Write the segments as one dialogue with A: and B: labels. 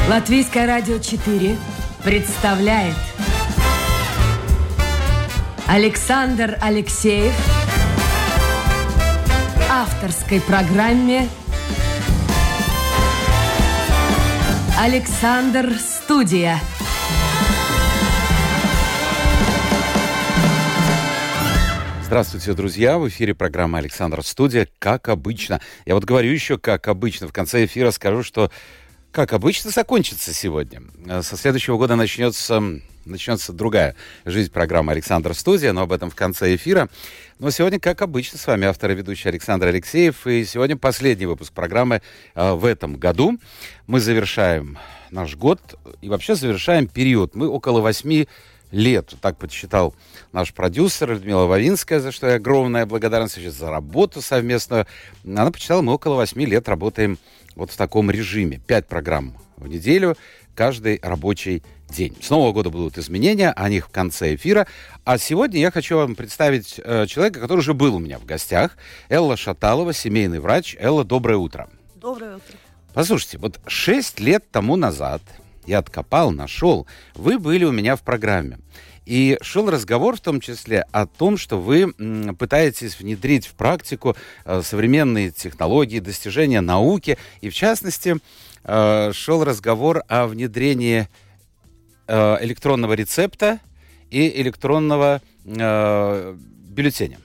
A: Латвийское радио 4 представляет Александр Алексеев в авторской программе «Александр Студия».
B: Здравствуйте, друзья! В эфире программа «Александр Студия». Как обычно. Я вот говорю еще как обычно. В конце эфира скажу, что как обычно закончится сегодня. Со следующего года начнется другая жизнь программы «Александр Студия», но об этом в конце эфира. Но сегодня, как обычно, с вами автор и ведущий Александр Алексеев. И сегодня последний выпуск программы в этом году. Мы завершаем наш год и вообще завершаем период. Мы около 8 лет. Так подсчитал наш продюсер Людмила Вавинская, за что я огромная благодарность за работу совместную. Она подсчитала, мы около 8 лет работаем вот в таком режиме. 5 программ в неделю, каждый рабочий день. С Нового года будут изменения, о них в конце эфира. А сегодня я хочу вам представить человека, который уже был у меня в гостях. Элла Шаталова, семейный врач. Элла, доброе утро.
C: Доброе утро.
B: Послушайте, вот 6 лет тому назад я откопал, нашел, вы были у меня в программе. И шел разговор в том числе о том, что вы пытаетесь внедрить в практику современные технологии, достижения науки. И в частности, шел разговор о внедрении электронного рецепта и электронного бюллетеня.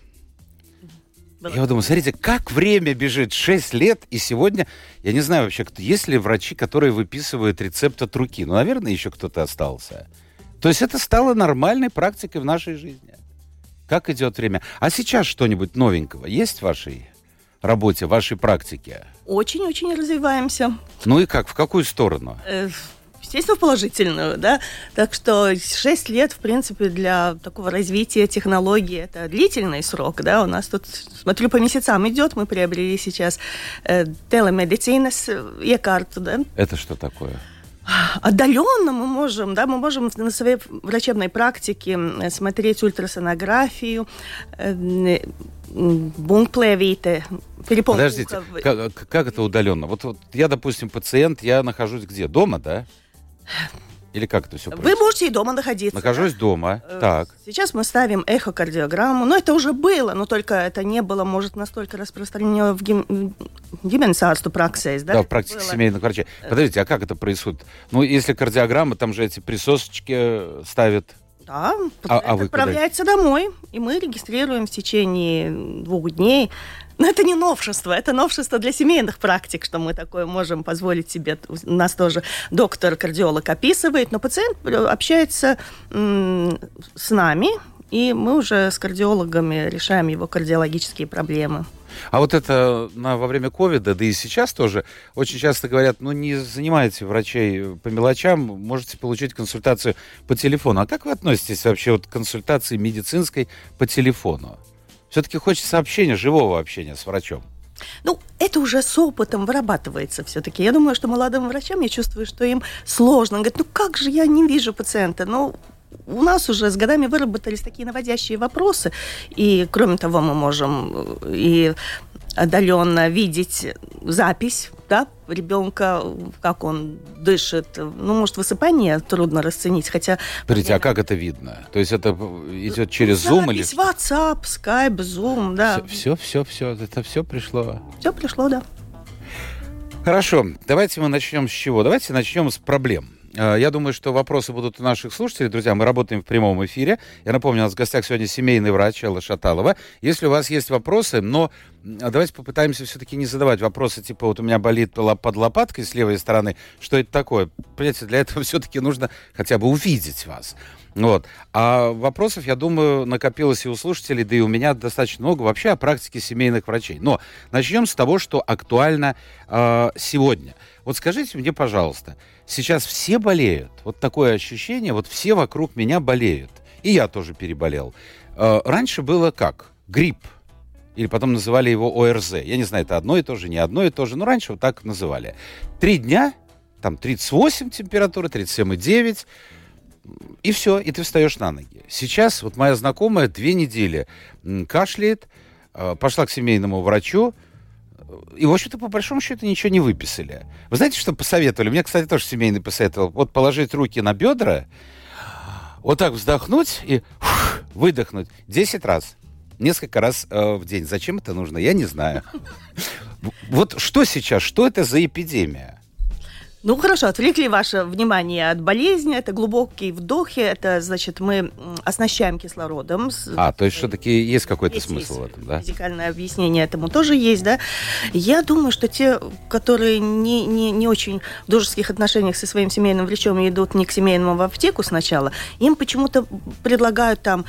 B: Я думаю, смотрите, как время бежит. 6 лет, и сегодня, я не знаю вообще, есть ли врачи, которые выписывают рецепт от руки. Ну, наверное, еще кто-то остался. То есть это стало нормальной практикой в нашей жизни. Как идет время? А сейчас что-нибудь новенького есть в вашей работе, в вашей практике?
C: Очень-очень развиваемся.
B: Ну и как? В какую сторону?
C: Естественно, в положительную, да. Так что 6 лет, в принципе, для такого развития технологий это длительный срок, да. У нас тут, смотрю, по месяцам идет. Мы приобрели сейчас телемедицинас e-карту, да.
B: Это что такое?
C: Отдаленно мы можем на своей врачебной практике смотреть ультрасонографию, бункплевиты, перепонку.
B: Подождите, как это удаленно? Вот я, допустим, пациент, я нахожусь где? Дома, да? Или как это все происходит?
C: Вы можете и дома находиться.
B: Нахожусь дома, так.
C: Сейчас мы ставим эхокардиограмму, но это уже было, но только это не было, может, настолько распространено в гименсārstu праксēs, да?
B: Да, в практике семейных врачей. Подождите, а как это происходит? Ну, если кардиограмма, там же эти присосочки ставят.
C: Да, пациент отправляется домой, и мы регистрируем в течение 2 дней. Но это не новшество, это новшество для семейных практик, что мы такое можем позволить себе. У нас тоже доктор-кардиолог описывает, но пациент общается с нами, и мы уже с кардиологами решаем его кардиологические проблемы.
B: А вот это во время ковида, да и сейчас тоже, очень часто говорят, не занимайте врачей по мелочам, можете получить консультацию по телефону. А как вы относитесь вообще к консультации медицинской по телефону? Все-таки хочется общения, живого общения с врачом.
C: Это уже с опытом вырабатывается все-таки. Я думаю, что молодым врачам, я чувствую, что им сложно. Он говорит, как же я не вижу пациента? У нас уже с годами выработались такие наводящие вопросы. И, кроме того, мы можем и отдаленно видеть запись, да, ребенка, как он дышит. Может, высыпание трудно расценить, хотя...
B: Смотрите, а как это видно? То есть это идет через Zoom или...
C: WhatsApp, Skype, Zoom, да.
B: Все, это все пришло?
C: Все пришло, да.
B: Хорошо, давайте мы начнем с чего? Давайте начнем с проблем. Я думаю, что вопросы будут у наших слушателей. Друзья, мы работаем в прямом эфире. Я напомню, у нас в гостях сегодня семейный врач Элла Шаталова. Если у вас есть вопросы, но давайте попытаемся все-таки не задавать вопросы, типа, вот у меня болит под лопаткой с левой стороны, что это такое? Понимаете, для этого все-таки нужно хотя бы увидеть вас. А вопросов, я думаю, накопилось и у слушателей, да и у меня достаточно много вообще о практике семейных врачей. Но начнем с того, что актуально сегодня. Вот скажите мне, пожалуйста, сейчас все болеют? Вот такое ощущение, вот все вокруг меня болеют. И я тоже переболел. Раньше было как? Грипп. Или потом называли его ОРЗ. Я не знаю, это одно и то же, не одно и то же, но раньше вот так называли. 3 дня, там 38 температура, 37,9, и все, и ты встаешь на ноги. Сейчас вот моя знакомая 2 недели кашляет, пошла к семейному врачу, И, в общем-то, по большому счету ничего не выписали. Вы знаете, что посоветовали? Мне, кстати, тоже семейный посоветовал. Вот положить руки на бедра, вот так вздохнуть и выдохнуть 10 раз. Несколько раз в день. Зачем это нужно, я не знаю. Вот что сейчас? Что это за эпидемия?
C: Ну, хорошо, отвлекли ваше внимание от болезни. Это глубокие вдохи. Это, значит, мы оснащаем кислородом.
B: То есть все-таки есть какой-то смысл в этом, да?
C: Физикальное объяснение этому тоже есть, да. Я думаю, что те, которые не очень в дружеских отношениях со своим семейным врачом идут не к семейному, а в аптеку сначала, им почему-то предлагают там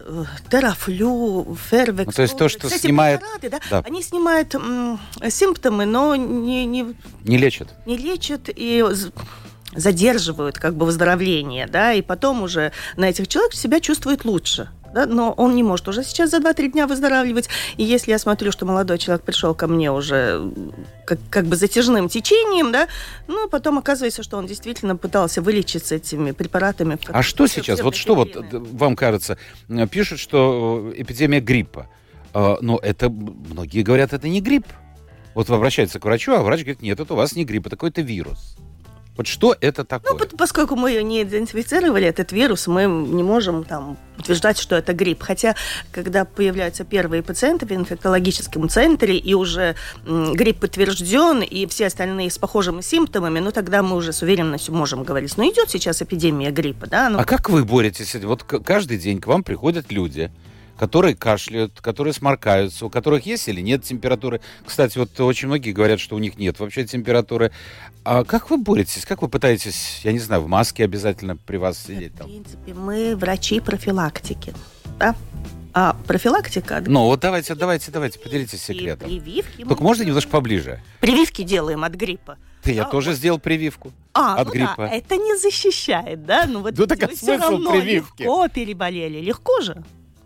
C: терафлю, фервекс.
B: То есть то, что снимает...
C: Препараты, да? Они снимают симптомы, но не лечат. Не лечат и задерживают как бы выздоровление, да, и потом уже на этих человек себя чувствует лучше. Да, но он не может уже сейчас за 2-3 дня выздоравливать. И если я смотрю, что молодой человек пришел ко мне уже как бы затяжным течением, да, ну, потом оказывается, что он действительно пытался вылечиться этими препаратами.
B: А что сейчас? Вот что вот вам кажется? Пишут, что эпидемия гриппа. Но это, многие говорят, это не грипп. Вот обращаются к врачу, а врач говорит, нет, это у вас не грипп, это какой-то вирус. Вот что это такое?
C: Ну, поскольку мы ее не идентифицировали, этот вирус, мы не можем там утверждать, что это грипп. Хотя, когда появляются первые пациенты в инфектологическом центре, и уже грипп подтвержден, и все остальные с похожими симптомами, ну, тогда мы уже с уверенностью можем говорить. Но идет сейчас эпидемия гриппа, да?
B: А как вы боретесь с этим? Вот каждый день к вам приходят люди, которые кашляют, которые сморкаются, у которых есть или нет температуры. Кстати, вот очень многие говорят, что у них нет вообще температуры. А как вы боретесь? Как вы пытаетесь, я не знаю, в маске обязательно при вас сидеть там?
C: В принципе, мы врачи профилактики, да? А профилактика...
B: Ну, вот давайте, поделитесь секретом.
C: Прививки.
B: Только можно немножко поближе?
C: Прививки делаем от гриппа.
B: Я тоже сделал прививку от гриппа.
C: Да, это не защищает, да? Ну, вот
B: так
C: вы все равно прививки? Легко переболели. Легко же?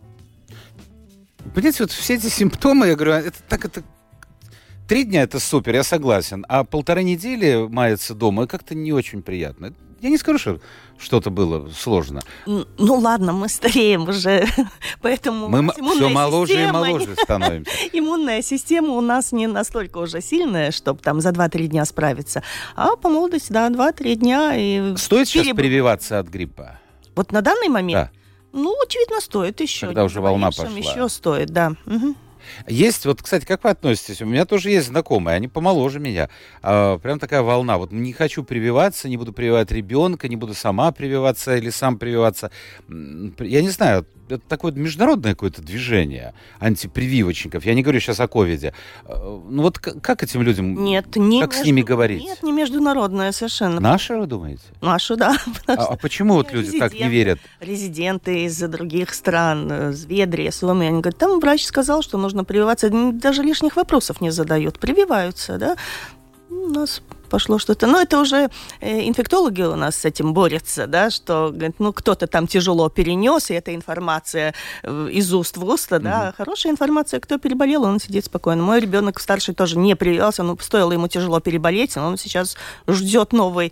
B: Понимаете, вот все эти симптомы, я говорю, это 3 дня это супер, я согласен, а 1,5 недели маяться дома, как-то не очень приятно. Я не скажу, что что-то было сложно.
C: Ну ладно, мы стареем уже, поэтому
B: мы все моложе и моложе становимся.
C: Иммунная система у нас не настолько уже сильная, чтобы там за 2-3 дня справиться. А по молодости, да, 2-3 дня. И
B: стоит сейчас прививаться от гриппа?
C: Вот на данный момент?
B: Да.
C: Ну, очевидно, стоит еще.
B: Когда уже волна пошла.
C: Еще стоит, да. Угу.
B: Есть, вот, кстати, как вы относитесь? У меня тоже есть знакомые, они помоложе меня. Прям такая волна. Вот не хочу прививаться, не буду прививать ребенка, не буду сама прививаться или сам прививаться. Я не знаю, это такое международное какое-то движение антипрививочников. Я не говорю сейчас о ковиде. Ну вот как этим людям, как с ними говорить?
C: Нет, не международное совершенно.
B: Наши, вы думаете?
C: Наши, да.
B: А почему вот люди так не верят?
C: Резиденты из других стран, из Венгрии, Словении, они говорят, там врач сказал, что нужно прививаться, даже лишних вопросов не задают, прививаются, да. У нас пошло что-то. Но это уже инфектологи у нас с этим борются, да, что ну, кто-то там тяжело перенес, и эта информация из уст в уст, да. Хорошая информация, кто переболел, он сидит спокойно. Мой ребенок старший тоже не прививался, но стоило ему тяжело переболеть, но он сейчас ждет новой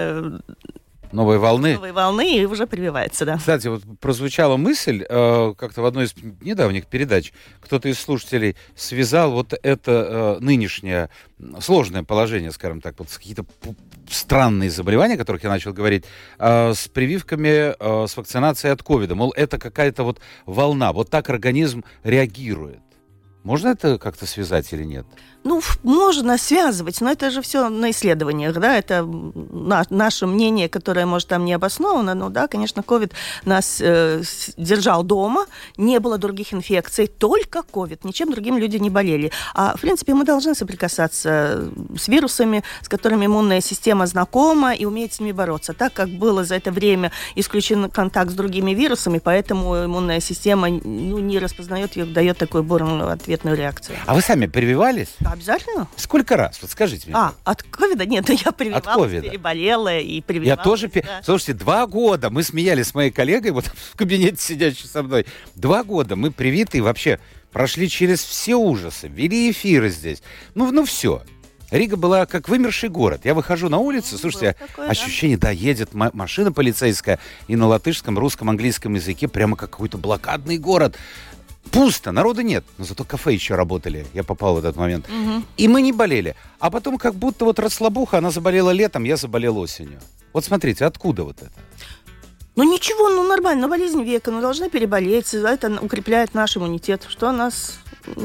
C: волны и уже прививается, да.
B: Кстати, вот прозвучала мысль, как-то в одной из недавних передач, кто-то из слушателей связал вот это нынешнее сложное положение, скажем так, вот какие-то странные заболевания, о которых я начал говорить, с прививками, с вакцинацией от ковида. Мол, это какая-то вот волна, вот так организм реагирует. Можно это как-то связать или нет?
C: Ну, можно связывать, но это же все на исследованиях, да, это наше мнение, которое, может, там не обосновано, но, да, конечно, ковид нас держал дома, не было других инфекций, только ковид, ничем другим люди не болели. А, в принципе, мы должны соприкасаться с вирусами, с которыми иммунная система знакома и умеет с ними бороться. Так как было за это время исключен контакт с другими вирусами, поэтому иммунная система не распознает и дает такую бурную ответную реакцию.
B: А вы сами прививались?
C: Обязательно.
B: Сколько раз? Вот скажите мне.
C: От ковида? Нет, я прививалась, переболела и прививалась.
B: Я тоже... Да. Слушайте, 2 года мы смеялись с моей коллегой, вот в кабинете сидящей со мной. 2 года мы привиты и вообще прошли через все ужасы, вели эфиры здесь. Ну все. Рига была как вымерший город. Я выхожу на улицу, слушайте, такое, ощущение, да, едет машина полицейская, и на латышском, русском, английском языке прямо как какой-то блокадный город. Пусто, народу нет. Но зато кафе еще работали. Я попал в этот момент. И мы не болели. А потом как будто вот расслабуха, она заболела летом, я заболел осенью. Вот смотрите, откуда вот это?
C: Ну ничего, нормально, болезнь века, должны переболеть, это укрепляет наш иммунитет, что нас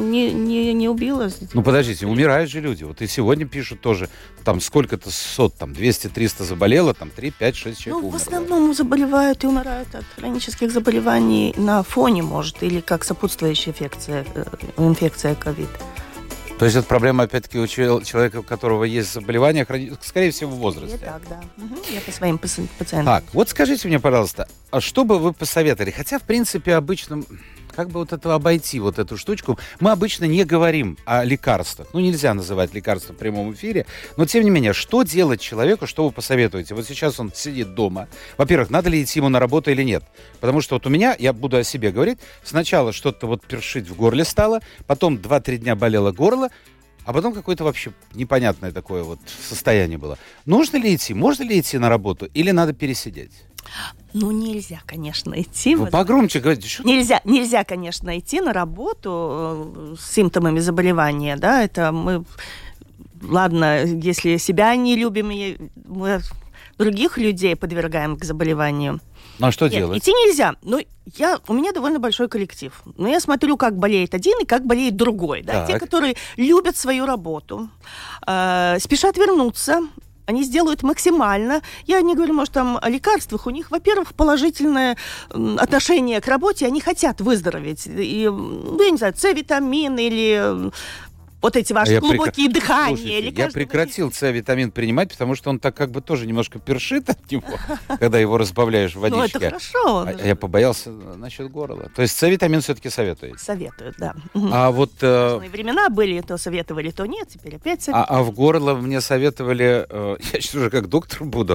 C: не убило.
B: Ну подождите, умирают же люди. Вот и сегодня пишут тоже, там сколько-то сот, там 200-300 заболело, там 3, 5, 6 человек умерло.
C: В основном заболевают и умирают от хронических заболеваний на фоне, может, или как сопутствующая инфекция ковид.
B: То есть это проблема, опять-таки, у человека, у которого есть заболевание, скорее всего, в возрасте.
C: Так, да. Я по своим пациентам.
B: Так, вот скажите мне, пожалуйста, а что бы вы посоветовали? Хотя, в принципе, обычно, как бы вот это обойти, вот эту штучку, мы обычно не говорим о лекарствах. Ну, нельзя называть лекарства в прямом эфире. Но, тем не менее, что делать человеку, что вы посоветуете? Вот сейчас он сидит дома. Во-первых, надо ли идти ему на работу или нет? Потому что вот у меня, я буду о себе говорить, сначала что-то вот першить в горле стало, потом 2-3 дня болело горло, а потом какое-то вообще непонятное такое вот состояние было. Нужно ли идти? Можно ли идти на работу? Или надо пересидеть?
C: Нельзя, конечно, идти.
B: Вы погромче говорите.
C: Нельзя, конечно, идти на работу с симптомами заболевания, да, это мы... Ладно, если себя не любим, мы других людей подвергаем к заболеванию.
B: Ну, а что делать?
C: Идти нельзя. У меня довольно большой коллектив. Но я смотрю, как болеет один и как болеет другой. Да? Те, которые любят свою работу, спешат вернуться, они сделают максимально. Я не говорю, может, там о лекарствах. У них, во-первых, положительное отношение к работе. Они хотят выздороветь. И, я не знаю, С-витамин или... Вот эти ваши глубокие дыхания.
B: Слушайте, я прекратил С-витамин принимать, потому что он так как бы тоже немножко першит от него, когда его разбавляешь в водичке.
C: Ну, это хорошо.
B: Я побоялся насчет горла. То есть С-витамин все-таки советуете?
C: Советуют, да.
B: А вот...
C: времена были, то советовали, то нет, теперь опять советуют.
B: А в горло мне советовали, я сейчас уже как доктор буду,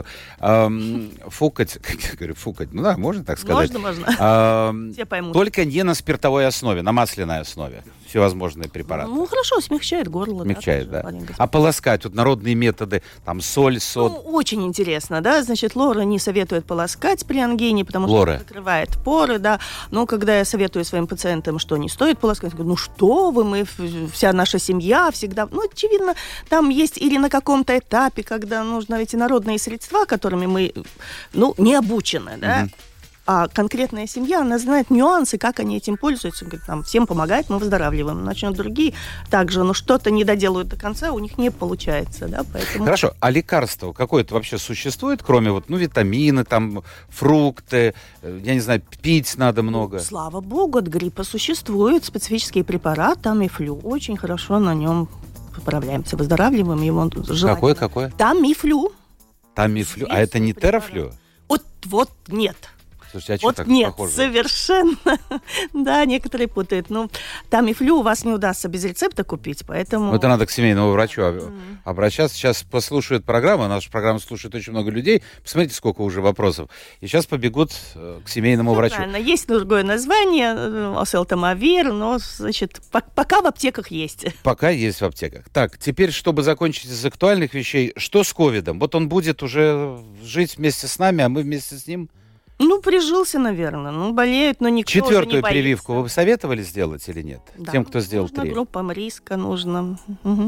B: фукать, как я говорю, фукать, ну да, можно так сказать.
C: Можно. Все поймут.
B: Только не на спиртовой основе, на масляной основе. Всевозможные препараты.
C: Хорошо, смягчает горло.
B: Смягчает, да. А полоскать, вот народные методы, там соль, сод.
C: Очень интересно, да, значит, Лора не советует полоскать при ангине, потому что это закрывает поры, да. Но когда я советую своим пациентам, что не стоит полоскать, я говорю, что вы, мы, вся наша семья всегда, очевидно, там есть или на каком-то этапе, когда нужны эти народные средства, которыми мы, не обучены, да. А конкретная семья, она знает нюансы, как они этим пользуются. Говорит, нам всем помогает, мы выздоравливаем. Начнут другие также, что-то не доделают до конца, у них не получается, да, поэтому...
B: Хорошо, а лекарство какое-то вообще существует, кроме витамины, там, фрукты, я не знаю, пить надо много?
C: Слава богу, от гриппа существует специфический препарат, Тамифлю, очень хорошо на нем поправляемся, выздоравливаем его желательно.
B: Какое?
C: Тамифлю.
B: Тамифлю, а это не Терафлю?
C: Вот нет.
B: Слушайте, а что так
C: нет,
B: похоже?
C: Совершенно. Да, некоторые путают. Тамифлю у вас не удастся без рецепта купить, поэтому...
B: Это надо к семейному врачу обращаться. Сейчас послушают программу, нашу программу слушает очень много людей. Посмотрите, сколько уже вопросов. И сейчас побегут к семейному врачу.
C: Правильно, есть другое название, оселтамавир, но, значит, пока в аптеках есть.
B: Пока есть в аптеках. Так, теперь, чтобы закончить из актуальных вещей, что с ковидом? Вот он будет уже жить вместе с нами, а мы вместе с ним...
C: Прижился, наверное. Болеют, но никто уже не боится.
B: 4-ю прививку вы бы советовали сделать или нет?
C: Да.
B: Тем, кто сделал 3.
C: Группам риска нужно.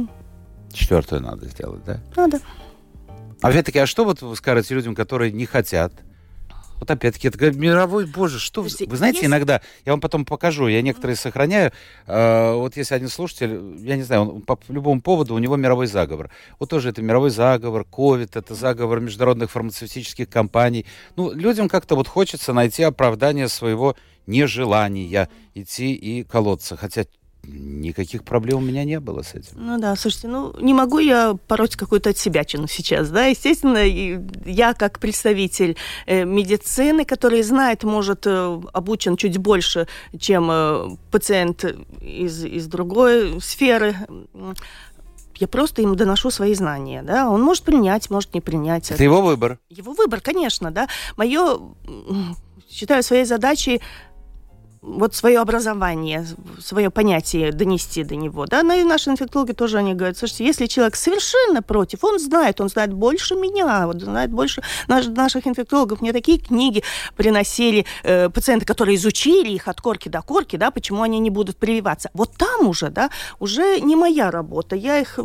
B: 4-ю надо сделать, да?
C: Надо.
B: Опять-таки, а что вы скажете людям, которые не хотят? Вот опять-таки, это мировой, боже, что... Вы знаете, иногда, я вам потом покажу, я некоторые сохраняю. Вот если один слушатель, я не знаю, он по любому поводу, у него мировой заговор. Вот тоже это мировой заговор, ковид, это заговор международных фармацевтических компаний. Людям как-то хочется найти оправдание своего нежелания идти и колоться. Хотя никаких проблем у меня не было с этим.
C: Да, слушайте, не могу я пороть какую-то отсебячину сейчас, да, естественно, я как представитель медицины, который знает, может, обучен чуть больше, чем пациент из другой сферы, я просто ему доношу свои знания, да, он может принять, может не принять.
B: Это его выбор.
C: Его выбор, конечно, да. Считаю своей задачей вот свое образование, свое понятие донести до него, да, ну и наши инфектологи тоже, они говорят, слушайте, если человек совершенно против, он знает больше меня, вот, знает больше наших инфектологов, мне такие книги приносили пациенты, которые изучили их от корки до корки, да, почему они не будут прививаться. Вот там уже, да, уже не моя работа, я их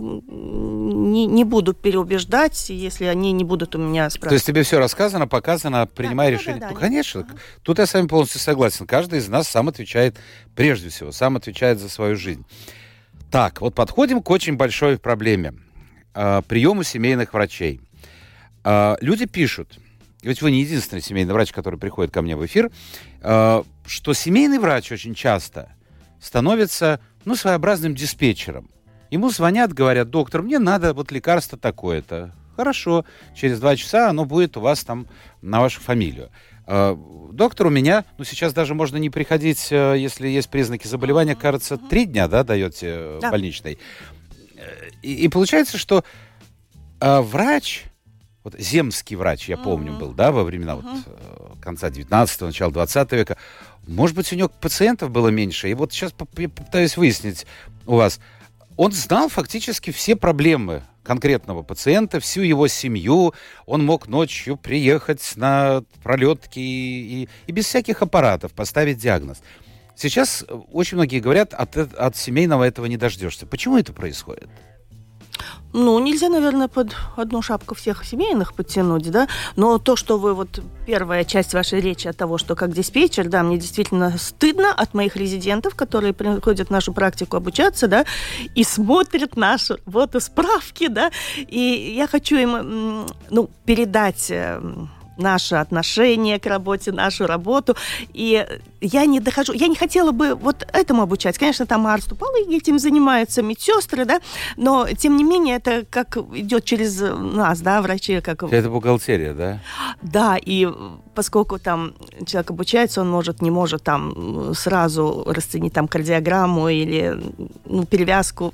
C: не буду переубеждать, если они не будут у меня спрашивать.
B: То есть тебе все рассказано, показано, принимай решение. Да, конечно, тут я с вами полностью согласен. Каждый из нас сам отвечает, прежде всего, сам отвечает за свою жизнь. Так, вот подходим к очень большой проблеме. Приему семейных врачей. Люди пишут, ведь вы не единственный семейный врач, который приходит ко мне в эфир, что семейный врач очень часто становится, своеобразным диспетчером. Ему звонят, говорят, доктор, мне надо вот лекарство такое-то. Хорошо, через 2 часа оно будет у вас там на вашу фамилию. Доктор у меня, сейчас даже можно не приходить, если есть признаки заболевания, кажется, 3 дня, да, даете больничный. И получается, что врач, вот земский врач, я помню, был, да, во времена конца 19-го, начала 20 века, может быть, у него пациентов было меньше. И вот сейчас я пытаюсь выяснить у вас, он знал фактически все проблемы конкретного пациента, всю его семью. Он мог ночью приехать на пролетке и без всяких аппаратов поставить диагноз. Сейчас очень многие говорят, от семейного этого не дождешься. Почему это происходит?
C: Нельзя, наверное, под одну шапку всех семейных подтянуть, да, но то, что вы, вот первая часть вашей речи от того, что как диспетчер, да, мне действительно стыдно от моих резидентов, которые приходят в нашу практику обучаться, да, и смотрят наши справки, да, и я хочу им, передать наше отношение к работе, нашу работу. И я не дохожу, я не хотела бы вот этому обучать. Конечно, там арступологи этим занимаются, медсестры, да, но, тем не менее, это как идет через нас, да, врачи.
B: Это бухгалтерия, да?
C: Да, и поскольку там человек обучается, он не может там сразу расценить там кардиограмму или перевязку,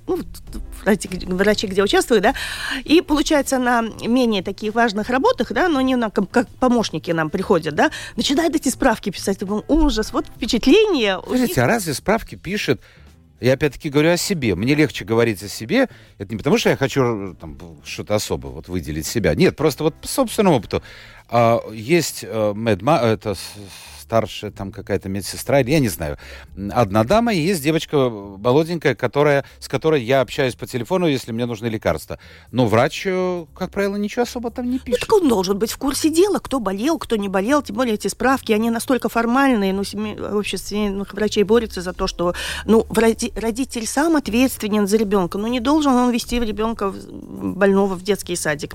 C: врачи, где участвуют, да, и получается на менее таких важных работах, да, но они как помощники нам приходят, да, начинают эти справки писать, думаю, ужас, вот впечатление.
B: Скажите, а разве справки пишет? Я опять-таки говорю о себе. Мне легче говорить о себе. Это не потому, что я хочу там что-то особое выделить себя. Нет, просто по собственному опыту. Есть это старшая там какая-то медсестра, или я не знаю, одна дама, и есть девочка молоденькая, с которой я общаюсь по телефону, если мне нужны лекарства. Но врач, как правило, ничего особо там не пишет.
C: Так он должен быть в курсе дела, кто болел, кто не болел, тем более эти справки, они настолько формальные, общество семейных врачей борется за то, что, родитель сам ответственен за ребенка, не должен он вести ребенка больного в детский садик.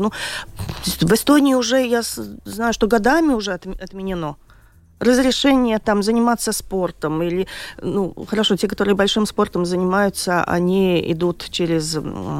C: В Эстонии уже, я знаю, что годами уже отменено разрешение там заниматься спортом или, хорошо, те, которые большим спортом занимаются, они идут через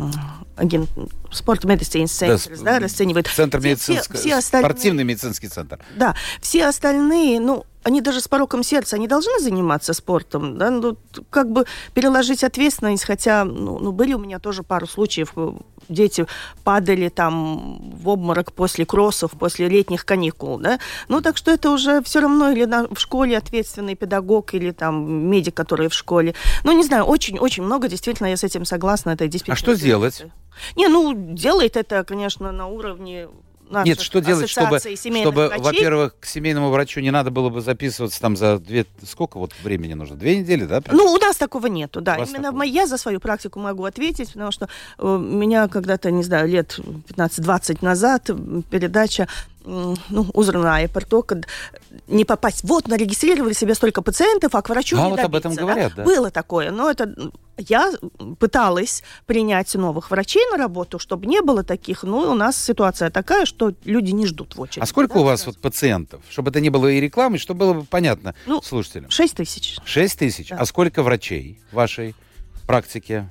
C: спорт медицинский центр, да, расценивают.
B: Центр спортивный медицинский центр.
C: Да, все остальные, они даже с пороком сердца, они должны заниматься спортом, да, переложить ответственность, хотя, были у меня тоже пару случаев, дети падали там в обморок после кроссов, после летних каникул, да, так что это уже все равно или в школе ответственный педагог, или там медик, который в школе, не знаю, очень-очень много, действительно, я с этим согласна, это действительно.
B: А что делать?
C: Делает это, конечно, на уровне наших.
B: Нет, что делать, чтобы
C: врачей?
B: Во-первых, к семейному врачу не надо было бы записываться там за сколько времени нужно? 2 недели, да?
C: У нас такого нету, да. Именно я за свою практику могу ответить, потому что меня когда-то, не знаю, лет 15-20 назад передача «Узрная потока», не попасть. Нарегистрировали себе столько пациентов, а к врачу не добиться.
B: Об этом говорят, да?
C: Было такое, но я пыталась принять новых врачей на работу, чтобы не было таких. У нас ситуация такая, что люди не ждут в очереди.
B: А сколько у вас пациентов? Чтобы это не было и рекламы, чтобы было бы понятно слушателям.
C: 6 тысяч.
B: 6 тысяч? Да. А сколько врачей в вашей практике?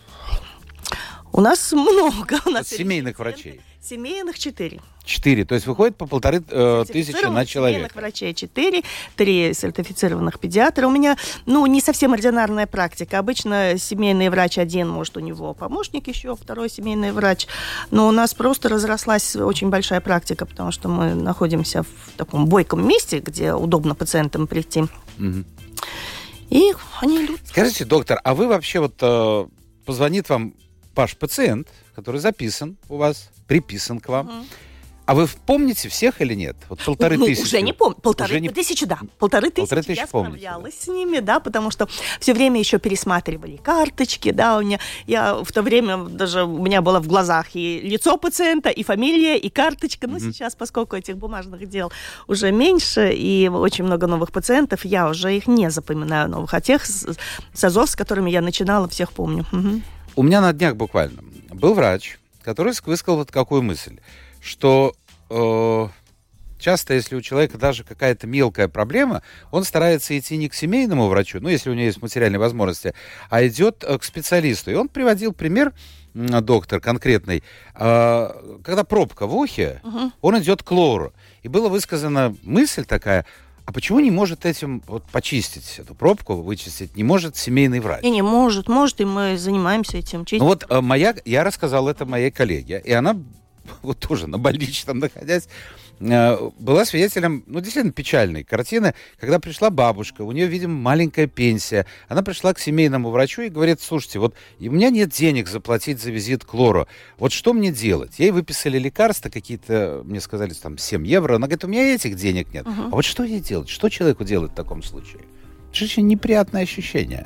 C: У нас много.
B: Семейных врачей?
C: Семейных 4.
B: 4, то есть выходит по 1500 на человека.
C: Семейных врачей 4, 3 сертифицированных педиатра. У меня, не совсем ординарная практика. Обычно семейный врач один, может, у него помощник еще, второй семейный врач. Но у нас просто разрослась очень большая практика, потому что мы находимся в таком бойком месте, где удобно пациентам прийти.
B: Угу.
C: И они идут.
B: Скажите, доктор, а вы вообще позвонит вам ваш пациент, который записан у вас, приписан к вам, а вы помните всех или нет? 1500.
C: Уже не помню. 1500, да. 1500 я справлялась с ними, да, потому что все время еще пересматривали карточки, да, я в то время даже у меня было в глазах и лицо пациента, и фамилия, и карточка. Но сейчас, поскольку этих бумажных дел уже меньше, и очень много новых пациентов, я уже их не запоминаю новых. А тех с АЗОВ, с которыми я начинала, всех помню.
B: У меня на днях буквально был врач, который высказал какую мысль, что часто, если у человека даже какая-то мелкая проблема, он старается идти не к семейному врачу, если у него есть материальные возможности, а идет к специалисту. И он приводил пример, доктор, конкретный. Когда пробка в ухе, он идет к лору. И была высказана мысль такая: а почему не может этим почистить эту пробку, вычистить, не может семейный врач?
C: И не может, и мы занимаемся этим.
B: Я рассказал это моей коллеге, и она тоже на больничном находясь, была свидетелем, действительно печальной картины, когда пришла бабушка, у нее, видимо, маленькая пенсия. Она пришла к семейному врачу и говорит: слушайте, у меня нет денег заплатить за визит к лору. Что мне делать? Ей выписали лекарства какие-то, мне сказали, 7 евро. Она говорит: у меня этих денег нет. А что ей делать? Что человеку делать в таком случае? Это очень неприятное ощущение.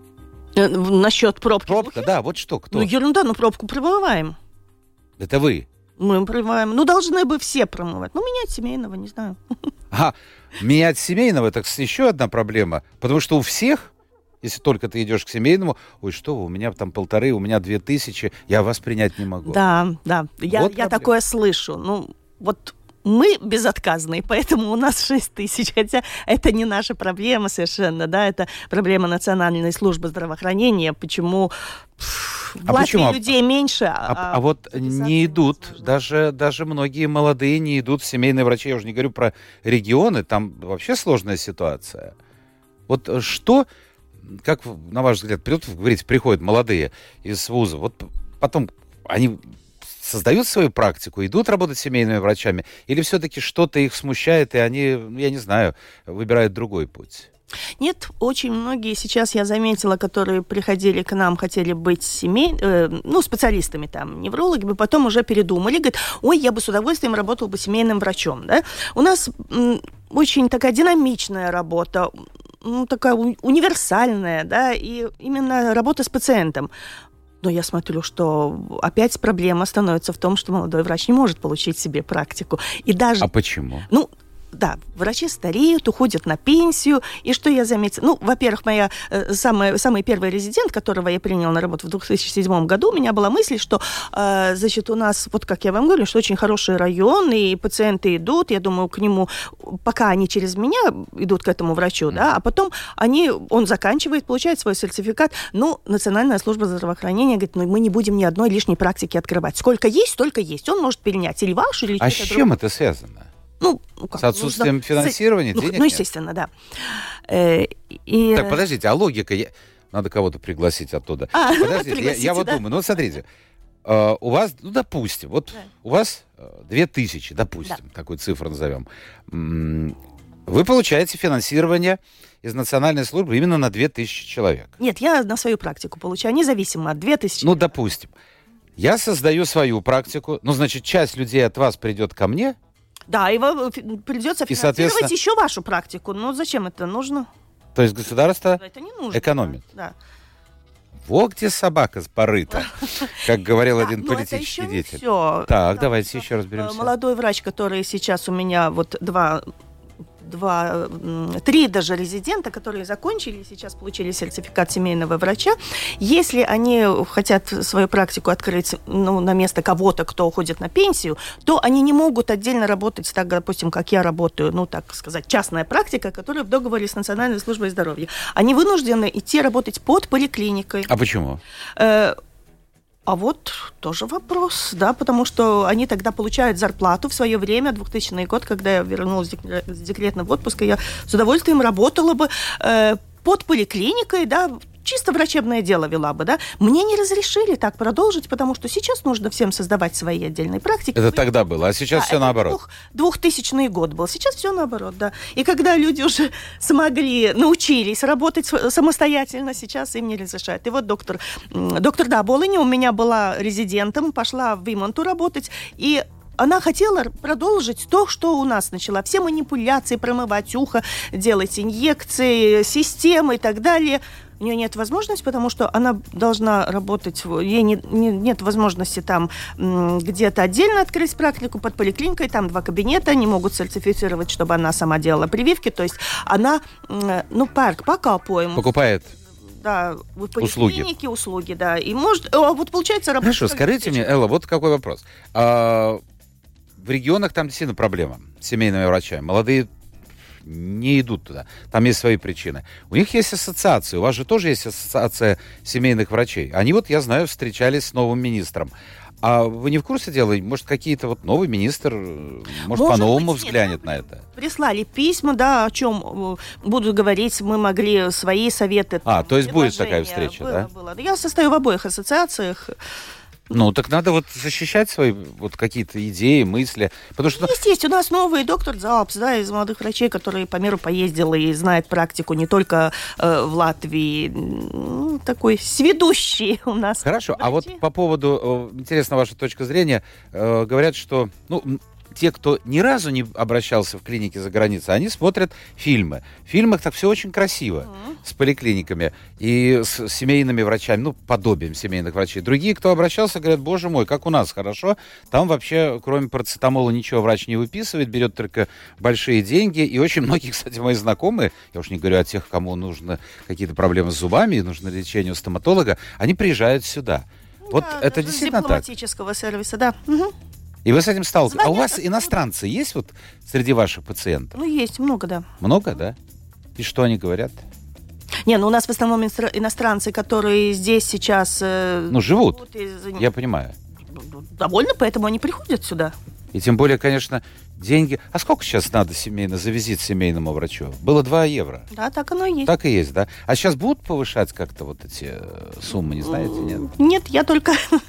C: Насчет пробки?
B: Пробка, да, кто?
C: Ерунда, пробку промываем.
B: Это вы?
C: Мы промываем. Должны бы все промывать. Менять семейного, не знаю.
B: Менять семейного, это еще одна проблема. Потому что у всех, если только ты идешь к семейному, ой, что вы, у меня там 1500, у меня 2000, я вас принять не могу.
C: Да. Я такое слышу. Мы безотказные, поэтому у нас 6000, хотя это не наша проблема совершенно, да, это проблема Национальной службы здравоохранения, почему в Латвии людей меньше.
B: Не идут, даже многие молодые не идут в семейные врачи, я уже не говорю про регионы, там вообще сложная ситуация. Что, как, на ваш взгляд, приходят молодые из вуза, потом они создают свою практику, идут работать с семейными врачами, или все-таки что-то их смущает, и они, я не знаю, выбирают другой путь?
C: Нет, очень многие сейчас, я заметила, которые приходили к нам, хотели быть специалистами, неврологами, потом уже передумали, говорят: ой, я бы с удовольствием работал бы семейным врачом. Да? У нас очень такая динамичная работа, такая универсальная, да, и именно работа с пациентом. Но я смотрю, что опять проблема становится в том, что молодой врач не может получить себе практику.
B: А почему?
C: Да, врачи стареют, уходят на пенсию. И что я заметила? Во-первых, моя самый первый резидент, которого я приняла на работу в 2007 году, у меня была мысль, что, у нас, как я вам говорю, что очень хороший район, и пациенты идут, я думаю, к нему, пока они через меня идут к этому врачу, да, а потом он заканчивает, получает свой сертификат. Национальная служба здравоохранения говорит: мы не будем ни одной лишней практики открывать. Сколько есть, столько есть. Он может перенять или вашу, или
B: с чем это связано? С отсутствием финансирования, денег?
C: Естественно, да.
B: Так, подождите, а логика... Надо кого-то пригласить оттуда. Подождите, я думаю, смотрите, у вас, допустим, у вас 2000, допустим, такую цифру назовем. Вы получаете финансирование из Национальной службы именно на 2000 человек.
C: Нет, я на свою практику получаю, независимо от 2000.
B: Допустим. Я создаю свою практику, значит, часть людей от вас придет ко мне.
C: Да, и придется финансировать еще вашу практику. Зачем это нужно?
B: То есть государство
C: это не нужно,
B: экономит?
C: Да.
B: Где собака порыта, как говорил один политический деятель.
C: Все.
B: Так, давайте еще разберемся.
C: Молодой врач, который сейчас у меня три даже резидента, которые закончили, сейчас получили сертификат семейного врача. Если они хотят свою практику открыть на место кого-то, кто уходит на пенсию, то они не могут отдельно работать так, допустим, как я работаю, так сказать, частная практика, которая в договоре с Национальной службой здоровья. Они вынуждены идти работать под поликлиникой.
B: А почему?
C: Тоже вопрос, да, потому что они тогда получают зарплату в свое время, 2000 год, когда я вернулась с декретного отпуска, я с удовольствием работала бы под поликлиникой, да, чисто врачебное дело вела бы, да. Мне не разрешили так продолжить, потому что сейчас нужно всем создавать свои отдельные практики.
B: Это тогда было, а сейчас все наоборот.
C: 2000 год был, сейчас все наоборот, да. И когда люди уже смогли, научились работать самостоятельно, сейчас им не разрешают. И вот доктор Болыня у меня была резидентом, пошла в Иманту работать, и она хотела продолжить то, что у нас начала. Все манипуляции, промывать ухо, делать инъекции, системы и так далее. У нее нет возможности, потому что она должна работать, ей нет возможности там где-то отдельно открыть практику под поликлиникой, там 2 кабинета, не могут сертифицировать, чтобы она сама делала прививки, то есть она,
B: покупает.
C: Да, услуги, да. И может, вот получается работать.
B: Хорошо, скажите мне, Элла, вот какой вопрос. В регионах там действительно проблема с семейными врачами. Молодые не идут туда. Там есть свои причины. У них есть ассоциации. У вас же тоже есть ассоциация семейных врачей. Они, вот я знаю, встречались с новым министром. А вы не в курсе дела? Может, какие-то вот новый министр, может по-новому взглянет на это?
C: Прислали письма, да, о чем будут говорить. Мы могли свои советы.
B: То есть будет такая встреча, да?
C: Было. Я состою в обоих ассоциациях.
B: Ну, так надо вот защищать свои вот какие-то идеи, мысли. Потому что...
C: Есть. У нас новый доктор Залпс, да, из молодых врачей, который по миру поездил и знает практику не только в Латвии. Такой сведущий у нас.
B: Хорошо,
C: врачи.
B: А вот по поводу, интересна ваша точка зрения, говорят, что... те, кто ни разу не обращался в клинике за границей, они смотрят фильмы. В фильмах так все очень красиво, с поликлиниками и с семейными врачами, подобием семейных врачей. Другие, кто обращался, говорят, боже мой, как у нас хорошо. Там вообще, кроме парацетамола, ничего врач не выписывает, берет только большие деньги. И очень многие, кстати, мои знакомые, я уж не говорю о тех, кому нужны какие-то проблемы с зубами, нужно лечение у стоматолога, они приезжают сюда. Это действительно так.
C: Дипломатического сервиса, да. Угу.
B: И вы с этим сталкиваетесь. А у вас иностранцы есть вот среди ваших пациентов?
C: Есть, много, да.
B: Много, да? И что они говорят?
C: У нас в основном иностранцы, которые здесь сейчас...
B: живут, я понимаю.
C: Довольны, поэтому они приходят сюда.
B: И тем более, конечно, деньги... А сколько сейчас надо за визит семейному врачу? Было 2 евро.
C: Да, так оно и есть.
B: Так и есть, да? А сейчас будут повышать как-то вот эти суммы, не знаете, нет?
C: Нет, я только...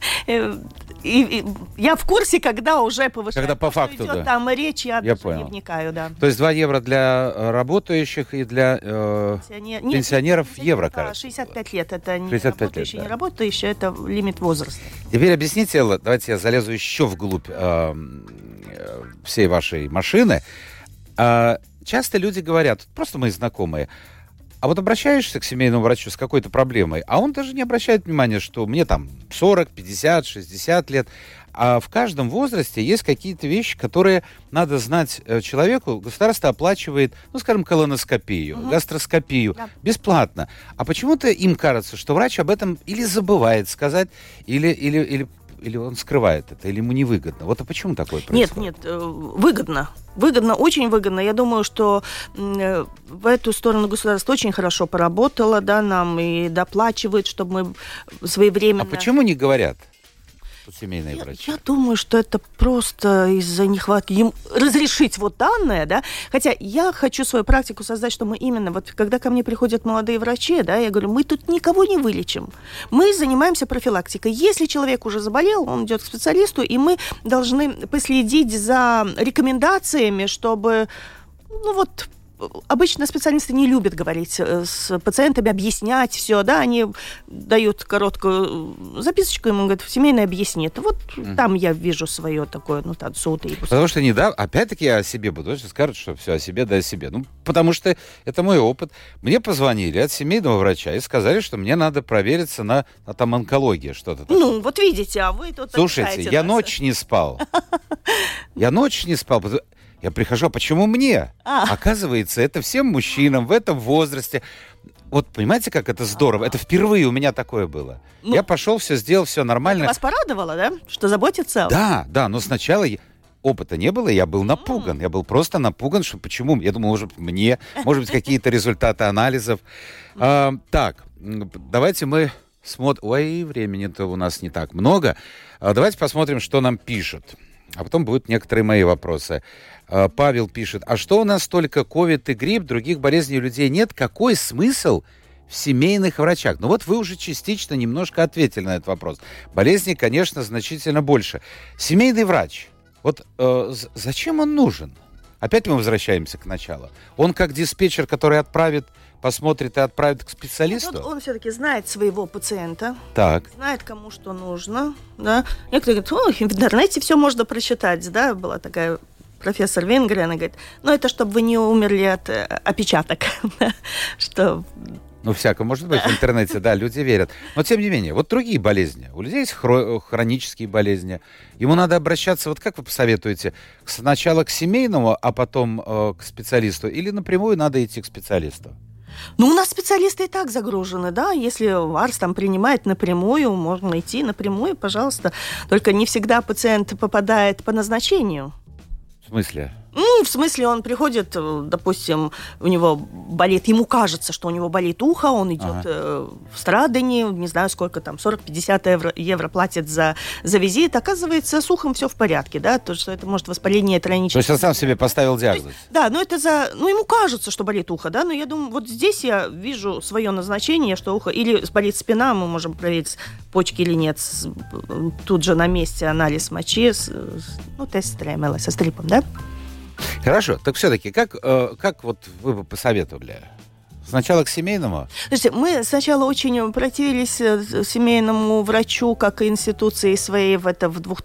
C: Я в курсе, когда уже повышают.
B: Когда по факту,
C: идет,
B: да.
C: Там речь, я даже
B: понял.
C: Не вникаю, да.
B: То есть 2 евро для работающих и для пенсионеров евро, кажется.
C: 65 лет. Это не
B: 65
C: работающий,
B: лет, да.
C: не работающий, это лимит возраста.
B: Теперь объясните, Элла, давайте я залезу еще вглубь всей вашей машины. Часто люди говорят, просто мои знакомые, а вот обращаешься к семейному врачу с какой-то проблемой, а он даже не обращает внимания, что мне там 40, 50, 60 лет. А в каждом возрасте есть какие-то вещи, которые надо знать человеку. Государство оплачивает, колоноскопию, гастроскопию бесплатно. А почему-то им кажется, что врач об этом или забывает сказать, или он скрывает это, или ему невыгодно. А почему такое происходит?
C: Нет, выгодно. Выгодно, очень выгодно. Я думаю, что в эту сторону государство очень хорошо поработало, да, нам и доплачивает, чтобы мы своевременно...
B: А почему не говорят семейные врачи?
C: Я думаю, что это просто из-за нехватки им разрешить данное, да. Хотя я хочу свою практику создать, что мы именно, когда ко мне приходят молодые врачи, да, я говорю, мы тут никого не вылечим. Мы занимаемся профилактикой. Если человек уже заболел, он идет к специалисту, и мы должны последить за рекомендациями, чтобы, обычно специалисты не любят говорить с пациентами, объяснять все, да, они дают короткую записочку, ему говорят, семейный объяснит. Там я вижу свое такое, суд.
B: Потому что опять-таки о себе буду, скажут, что все о себе, да о себе. Потому что это мой опыт. Мне позвонили от семейного врача и сказали, что мне надо провериться на там онкология, что-то такое.
C: Видите, а вы тут...
B: Слушайте, я ночь не спал. Я прихожу, а почему мне? Оказывается, это всем мужчинам в этом возрасте. Понимаете, как это здорово? Это впервые у меня такое было. Я пошел, все сделал, все нормально.
C: Это вас порадовало, да? Что заботится?
B: Да, но сначала опыта не было, я был напуган. Я был просто напуган, что почему? Я думал, может быть, какие-то результаты анализов. Так, давайте мы смотрим... Ой, времени-то у нас не так много. Давайте посмотрим, что нам пишут. А потом будут некоторые мои вопросы. Павел пишет, а что у нас только ковид и грипп, других болезней у людей нет? Какой смысл в семейных врачах? Ну вот вы уже частично немножко ответили на этот вопрос. Болезней, конечно, значительно больше. Семейный врач, вот зачем он нужен? Опять мы возвращаемся к началу. Он как диспетчер, который посмотрит и отправит к специалисту?
C: Нет, он все-таки знает своего пациента,
B: так.
C: Знает, кому что нужно. Да. Некоторые говорят, в интернете все можно прочитать. Да? Была такая профессор Венгрии, она говорит, это чтобы вы не умерли от опечаток. Что...
B: Ну, всякое может быть в интернете, да, люди верят. Но, тем не менее, вот другие болезни. У людей есть хронические болезни. Ему надо обращаться, вот как вы посоветуете, сначала к семейному, а потом к специалисту? Или напрямую надо идти к специалисту?
C: Ну, у нас специалисты и так загружены, да. Если ВАРС там принимает напрямую, можно идти напрямую, пожалуйста. Только не всегда пациент попадает по назначению.
B: В смысле?
C: В смысле, он приходит, допустим, у него болит, ему кажется, что у него болит ухо, он идет в Страдани, не знаю сколько там, 40-50 евро платит за визит, оказывается, с ухом все в порядке, да, то, что это может воспаление тронического.
B: То есть он сам себе поставил диагноз?
C: Да, но это ему кажется, что болит ухо, да, но я думаю, вот здесь я вижу свое назначение, что ухо, или болит спина, мы можем проверить, почки или нет, тут же на месте анализ мочи, тест ТРМЛ со стрипом, да.
B: Хорошо, так все-таки, как вот вы бы посоветовали? Сначала к семейному?
C: Слушайте, мы сначала очень противились семейному врачу как институции своей в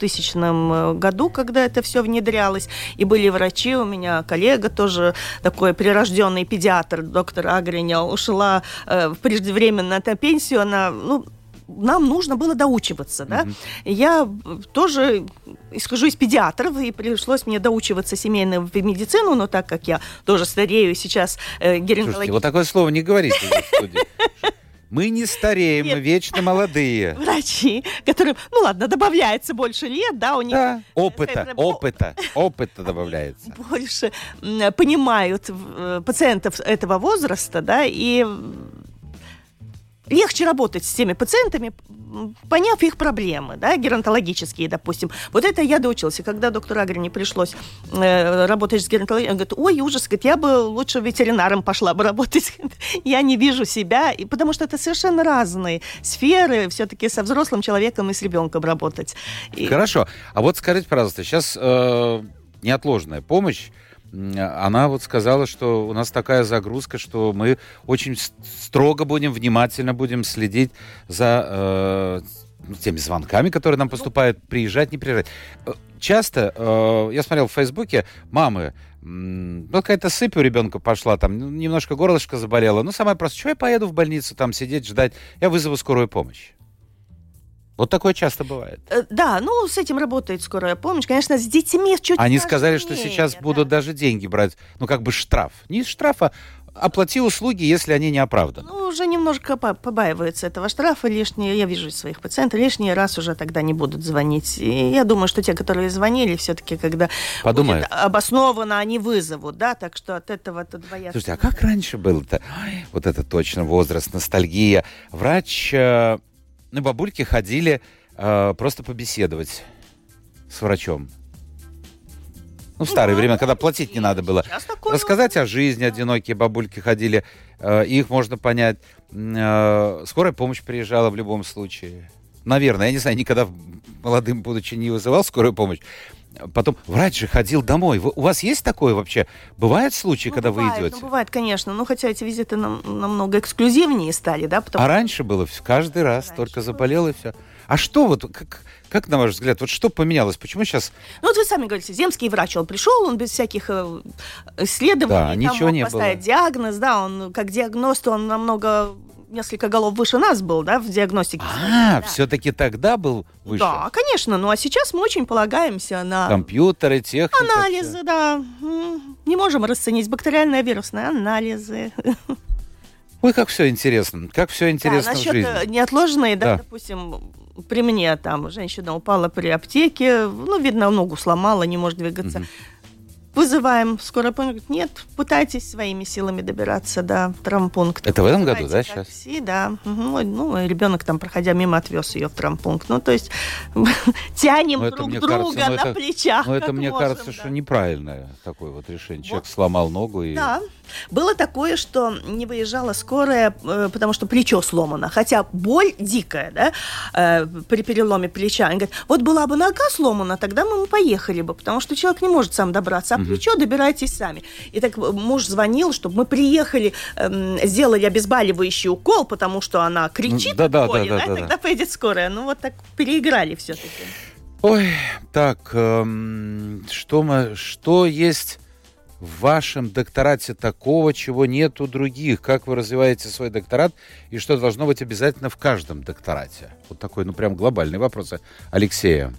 C: 2000 году, когда это все внедрялось. И были врачи, у меня коллега тоже такой прирожденный педиатр, доктор Агриня, ушла преждевременно на пенсию, нам нужно было доучиваться, да. Я тоже исхожу из педиатров, и пришлось мне доучиваться семейную медицину, но так как я тоже старею сейчас геронтологически...
B: Слушайте, вот такое слово не говорите в студии. Мы не стареем, мы вечно молодые.
C: Врачи, которым, добавляется больше лет, да, у них...
B: Да, опыта добавляется.
C: Больше понимают пациентов этого возраста, да, и... Легче работать с теми пациентами, поняв их проблемы, да, геронтологические, допустим. Вот это я доучился. Когда доктору Агрине пришлось работать с геронтологией, он говорит, ой, ужас, я бы лучше ветеринаром пошла бы работать. Я не вижу себя, потому что это совершенно разные сферы, все-таки со взрослым человеком и с ребенком работать.
B: Хорошо. А вот скажите, пожалуйста, сейчас неотложная помощь, она вот сказала, что у нас такая загрузка, что мы очень строго внимательно будем следить за теми звонками, которые нам поступают, приезжать, не приезжать. Часто, я смотрел в Фейсбуке, мамы, какая-то сыпь у ребенка пошла, там немножко горлышко заболело, самое просто, что я поеду в больницу, там сидеть, ждать, я вызову скорую помощь. Вот такое часто бывает.
C: Да, с этим работает скорая помощь. Конечно, с детьми чуть
B: Они сказали, что сейчас будут даже деньги брать, штраф. Не штраф, а оплати услуги, если они не оправданы.
C: Уже немножко побаиваются этого штрафа лишние. Я вижу своих пациентов, лишний раз уже тогда не будут звонить. И я думаю, что те, которые звонили, все-таки, когда будет обоснованно, они вызовут, да, так что от этого-то двояко.
B: Слушайте, а как раньше было-то? Вот это точно возраст, ностальгия. Врач... бабульки ходили просто побеседовать с врачом. В старые времена, когда платить не надо было. Рассказать о жизни, одинокие бабульки ходили, их можно понять. Скорая помощь приезжала в любом случае. Наверное, я не знаю, никогда молодым будучи не вызывал скорую помощь. Потом врач же ходил домой. У вас есть такое вообще? Бывают случаи, когда
C: бывает,
B: вы идете?
C: Бывает, конечно. Хотя эти визиты намного эксклюзивнее стали, да?
B: Раньше было каждый раз, только заболел и все. А что как на ваш взгляд, что поменялось? Почему сейчас...
C: вы сами говорите, земский врач, он пришел, он без всяких исследований,
B: ничего не
C: поставить
B: было.
C: Диагноз, да, он как диагност, он несколько голов выше нас был, да, в диагностике.
B: Все-таки тогда был выше?
C: Да, конечно, а сейчас мы очень полагаемся на...
B: Компьютеры, техника.
C: Анализы, да. Не можем расценить бактериальные, вирусные анализы.
B: Ой, как все интересно. Как все интересно в жизни.
C: Насчет неотложной, допустим, при мне там женщина упала при аптеке, видно, ногу сломала, не может двигаться. вызываем скорую помощь. Говорит, нет, пытайтесь своими силами добираться до травмпункта.
B: Это в этом году, да, сейчас?
C: Такси, да. Ну, ребенок там, проходя мимо, отвез ее в травмпункт. Ну, то есть тянем друг друга на плечах.
B: Ну, это, мне кажется, что неправильное такое вот решение. Человек сломал ногу и...
C: Да. Было такое, что не выезжала скорая, потому что плечо сломано. Хотя боль дикая, да, при переломе плеча. Они говорят, вот была бы нога сломана, тогда мы поехали бы, потому что человек не может сам добраться, а плечо добирайтесь сами. И так муж звонил, чтобы мы приехали, сделали обезболивающий укол, потому что она кричит, тогда поедет скорая. Ну, вот так переиграли все-таки.
B: Ой, так, что есть в вашем докторате такого, чего нет у других? Как вы развиваете свой докторат? И что должно быть обязательно в каждом докторате? Вот такой, прям глобальный вопрос. Алексея.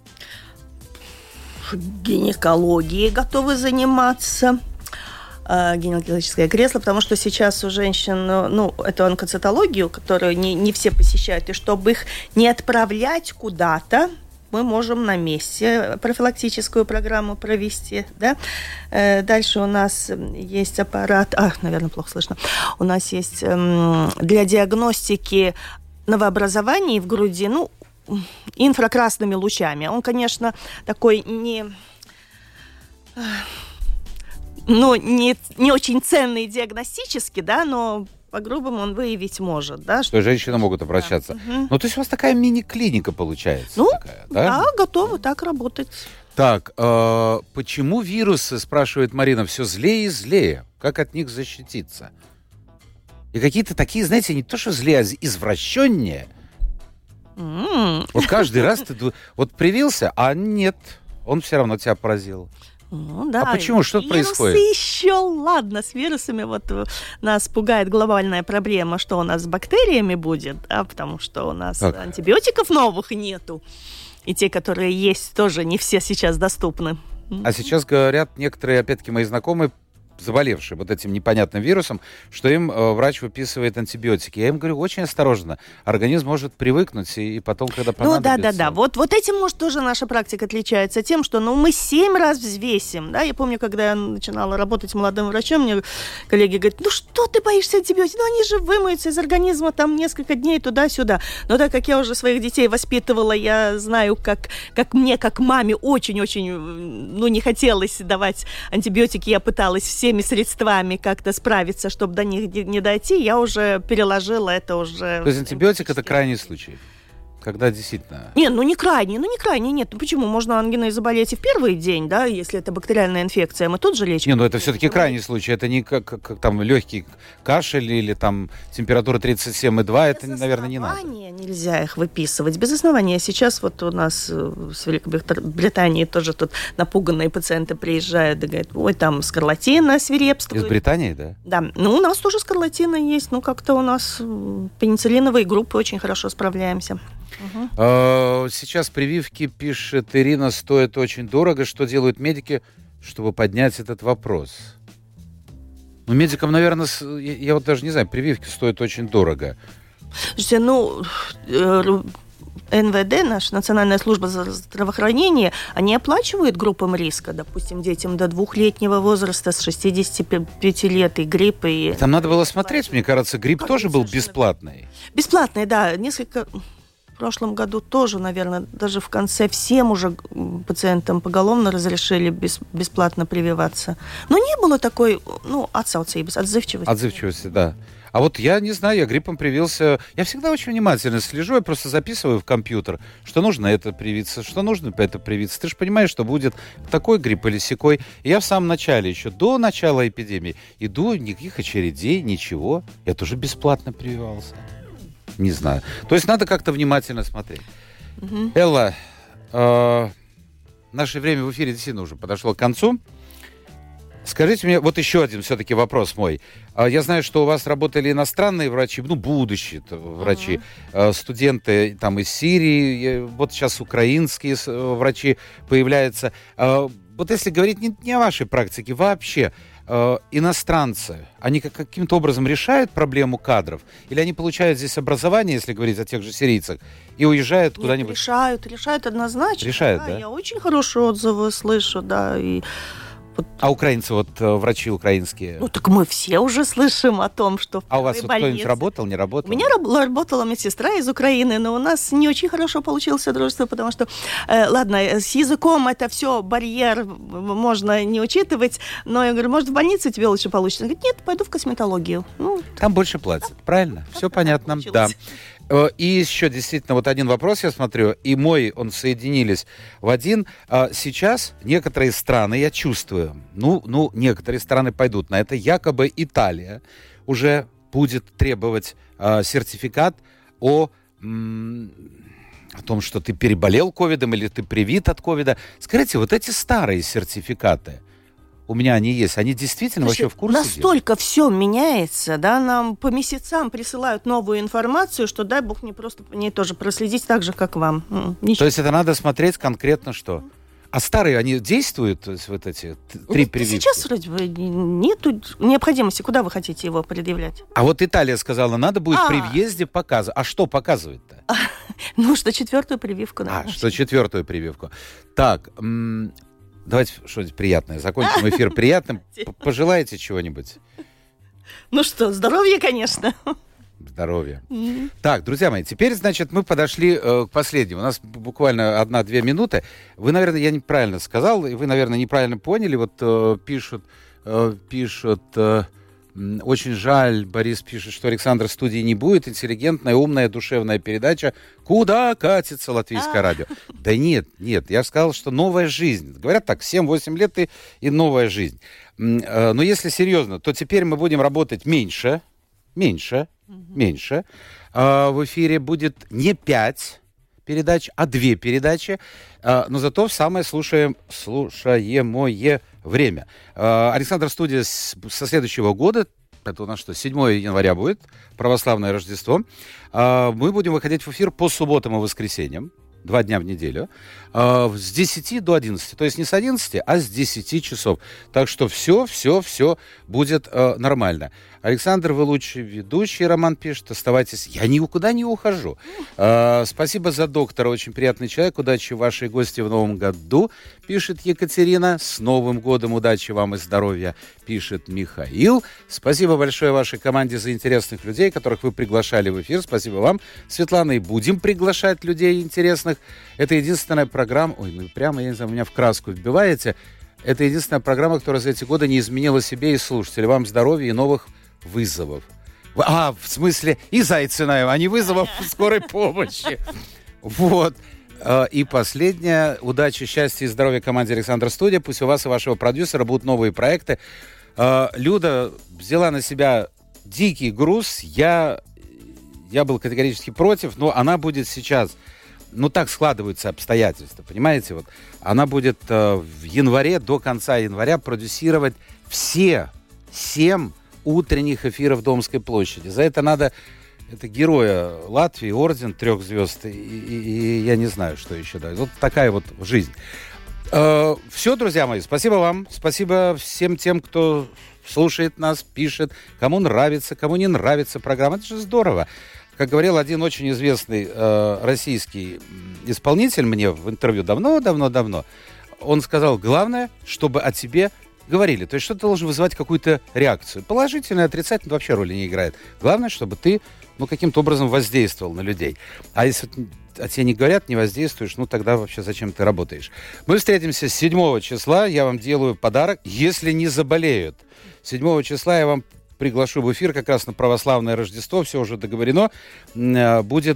C: Гинекологией готовы заниматься. Гинекологическое кресло, потому что сейчас у женщин, эту онкоцитологию, которую не все посещают, и чтобы их не отправлять куда-то, мы можем на месте профилактическую программу провести. Да? Дальше у нас есть аппарат... наверное, плохо слышно. У нас есть для диагностики новообразований в груди, инфракрасными лучами. Он, конечно, такой не очень ценный диагностически, да, но по-грубому он выявить может, да.
B: Что женщины могут обращаться. Да. То есть у вас такая мини-клиника получается? Такая, да?
C: Да, готовы так работать.
B: Так, почему вирусы, спрашивает Марина, все злее и злее? Как от них защититься? И какие-то такие, знаете, не то что злее, а извращеннее. Вот каждый раз ты привился, а нет, он все равно тебя поразил.
C: Да.
B: А почему? Что происходит?
C: Еще, ладно, с вирусами нас пугает глобальная проблема, что у нас с бактериями будет, да, потому что у нас антибиотиков новых нету. И те, которые есть, тоже не все сейчас доступны.
B: А сейчас говорят некоторые, опять-таки, мои знакомые, заболевшие вот этим непонятным вирусом, что им врач выписывает антибиотики. Я им говорю, очень осторожно. Организм может привыкнуть, и потом, когда понадобится...
C: Да. Вот этим, может, тоже наша практика отличается тем, что мы 7 раз взвесим. Да? Я помню, когда я начинала работать молодым врачом, мне коллеги говорят, что ты боишься антибиотиков? Они же вымоются из организма там несколько дней туда-сюда. Но так как я уже своих детей воспитывала, я знаю, как мне, как маме, очень-очень не хотелось давать антибиотики. Я пыталась всеми средствами как-то справиться, чтобы до них не дойти, я уже переложила это уже...
B: То есть антибиотик — это крайний случай? Когда действительно...
C: Не крайний, нет. Почему? Можно ангиной заболеть и в первый день, да, если это бактериальная инфекция, мы тут же лечим.
B: Это все-таки крайний случай, это не как там легкий кашель или там температура 37,2, это, наверное, не надо. Без
C: основания нельзя их выписывать, без основания. Сейчас у нас с Великобритании тоже тут напуганные пациенты приезжают и говорят, ой, там скарлатина свирепствует.
B: Из Британии, да?
C: Да, у нас тоже скарлатина есть, как-то у нас пенициллиновые группы очень хорошо справляемся.
B: Сейчас прививки, пишет Ирина, стоят очень дорого. Что делают медики, чтобы поднять этот вопрос? Медикам, наверное, я даже не знаю, прививки стоят очень дорого.
C: Слушайте, НВД, наша Национальная служба здравоохранения, они оплачивают группам риска, допустим, детям до 2-летнего возраста, с 65 лет, и грипп, и...
B: Там надо было смотреть, мне кажется, грипп тоже был бесплатный.
C: Бесплатный, да, в прошлом году тоже, наверное, даже в конце всем уже пациентам поголовно разрешили бесплатно прививаться. Но не было такой, отзывчивости.
B: Отзывчивости, да. А вот я не знаю, я гриппом привился. Я всегда очень внимательно слежу, я просто записываю в компьютер, что нужно это привиться, что нужно это привиться. Ты же понимаешь, что будет такой грипп или сякой. И я в самом начале, еще до начала эпидемии, иду, никаких очередей, ничего. Я тоже бесплатно прививался. Не знаю. То есть надо как-то внимательно смотреть. Угу. Элла, наше время в эфире действительно уже подошло к концу. Скажите мне, вот еще один все-таки вопрос мой. Я знаю, что у вас работали иностранные врачи, будущие врачи, студенты там из Сирии, вот сейчас украинские врачи появляются. Вот если говорить не о вашей практике, вообще, иностранцы, они каким-то образом решают проблему кадров? Или они получают здесь образование, если говорить о тех же сирийцах, и уезжают куда-нибудь?
C: Решают однозначно.
B: Решают, да?
C: Я очень хорошие отзывы слышу, да, и Вот.
B: А украинцы, вот врачи украинские?
C: Ну, так мы все уже слышим о том, что в
B: А у вас
C: первой
B: вот кто-нибудь
C: больнице...
B: работал, не работал?
C: У меня работала медсестра из Украины, но у нас не очень хорошо получилось сотрудничество, потому что, ладно, с языком это все барьер можно не учитывать, но я говорю, может, в больнице тебе лучше получится? Он говорит, нет, пойду в косметологию. Ну,
B: там больше платят, правильно? Все понятно, да. И еще действительно вот один вопрос я смотрю, и мой, он соединились в один. Сейчас некоторые страны, я чувствую, некоторые страны пойдут на это, якобы Италия уже будет требовать сертификат о том, что ты переболел ковидом или ты привит от ковида. Скажите, вот эти старые сертификаты, у меня они есть, они действительно вообще в курсе?
C: Настолько все меняется, да, нам по месяцам присылают новую информацию, что дай бог мне просто по ней тоже проследить так же, как вам. Ничего.
B: То есть это надо смотреть конкретно что? А старые, они действуют, то есть вот эти 3 прививки?
C: Сейчас вроде бы нету необходимости. Куда вы хотите его предъявлять?
B: А вот Италия сказала, надо будет при въезде показывать. А что показывать-то?
C: Что 4-ю прививку.
B: Что 4-ю прививку. Так, давайте что-нибудь приятное. Закончим эфир приятным. Пожелаете чего-нибудь?
C: Ну что, здоровья, конечно.
B: Здоровья. Так, друзья мои, теперь, значит, мы подошли к последнему. У нас буквально 1-2 минуты. Вы, наверное, я неправильно сказал, и вы, наверное, неправильно поняли. Вот пишут, очень жаль, Борис пишет, что Александр в студии не будет. Интеллигентная, умная, душевная передача. Куда катится латвийское радио? Да нет, я сказал, что новая жизнь. Говорят так, 7-8 лет и новая жизнь. Но если серьезно, то теперь мы будем работать меньше. В эфире будет не 5 передач, а 2 передачи, но зато в самое слушаемое время. Александр студия со следующего года, это у нас что, 7 января будет, православное Рождество. Мы будем выходить в эфир по субботам и воскресеньям, 2 дня в неделю, с 10 до 11. То есть не с 11, а с 10 часов. Так что все будет нормально. Александр, вы лучший ведущий, Роман пишет. Оставайтесь. Я никуда не ухожу. Спасибо за доктора. Очень приятный человек. Удачи вашей гости в новом году, пишет Екатерина. С Новым годом. Удачи вам и здоровья, пишет Михаил. Спасибо большое вашей команде за интересных людей, которых вы приглашали в эфир. Спасибо вам, Светлана. И будем приглашать людей интересных. Это единственная программа... прямо, я не знаю, меня в краску вбиваете. Это единственная программа, которая за эти годы не изменила себе и слушателям. Вам здоровья и новых вызовов. В смысле, и Зайцева, а не вызовов скорой помощи. Вот. И последнее. Удачи, счастья и здоровья команде Александр Студия. Пусть у вас и вашего продюсера будут новые проекты. Люда взяла на себя дикий груз. Я был категорически против, но она будет сейчас... так складываются обстоятельства, понимаете? Вот она будет в январе, до конца января продюсировать все 7 утренних эфиров Домской площади. За это надо... Это героя Латвии, орден 3 звезд, и я не знаю, что еще дать. Вот такая вот жизнь. Все, друзья мои, спасибо вам. Спасибо всем тем, кто слушает нас, пишет, кому нравится, кому не нравится программа. Это же здорово. Как говорил один очень известный российский исполнитель мне в интервью давно, он сказал, главное, чтобы о тебе говорили. То есть что ты должен вызывать какую-то реакцию. Положительная, отрицательная вообще роли не играет. Главное, чтобы ты каким-то образом воздействовал на людей. А если о тебе не говорят, не воздействуешь, тогда вообще зачем ты работаешь? Мы встретимся 7 числа. Я вам делаю подарок, если не заболеют. 7 числа я вам приглашу в эфир как раз на православное Рождество, все уже договорено, будет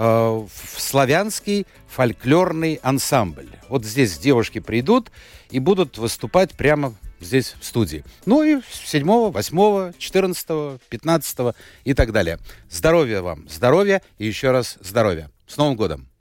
B: славянский фольклорный ансамбль. Вот здесь девушки придут и будут выступать прямо здесь в студии. И 7, 8, 14, 15 и так далее. Здоровья вам, здоровья и еще раз здоровья. С Новым годом!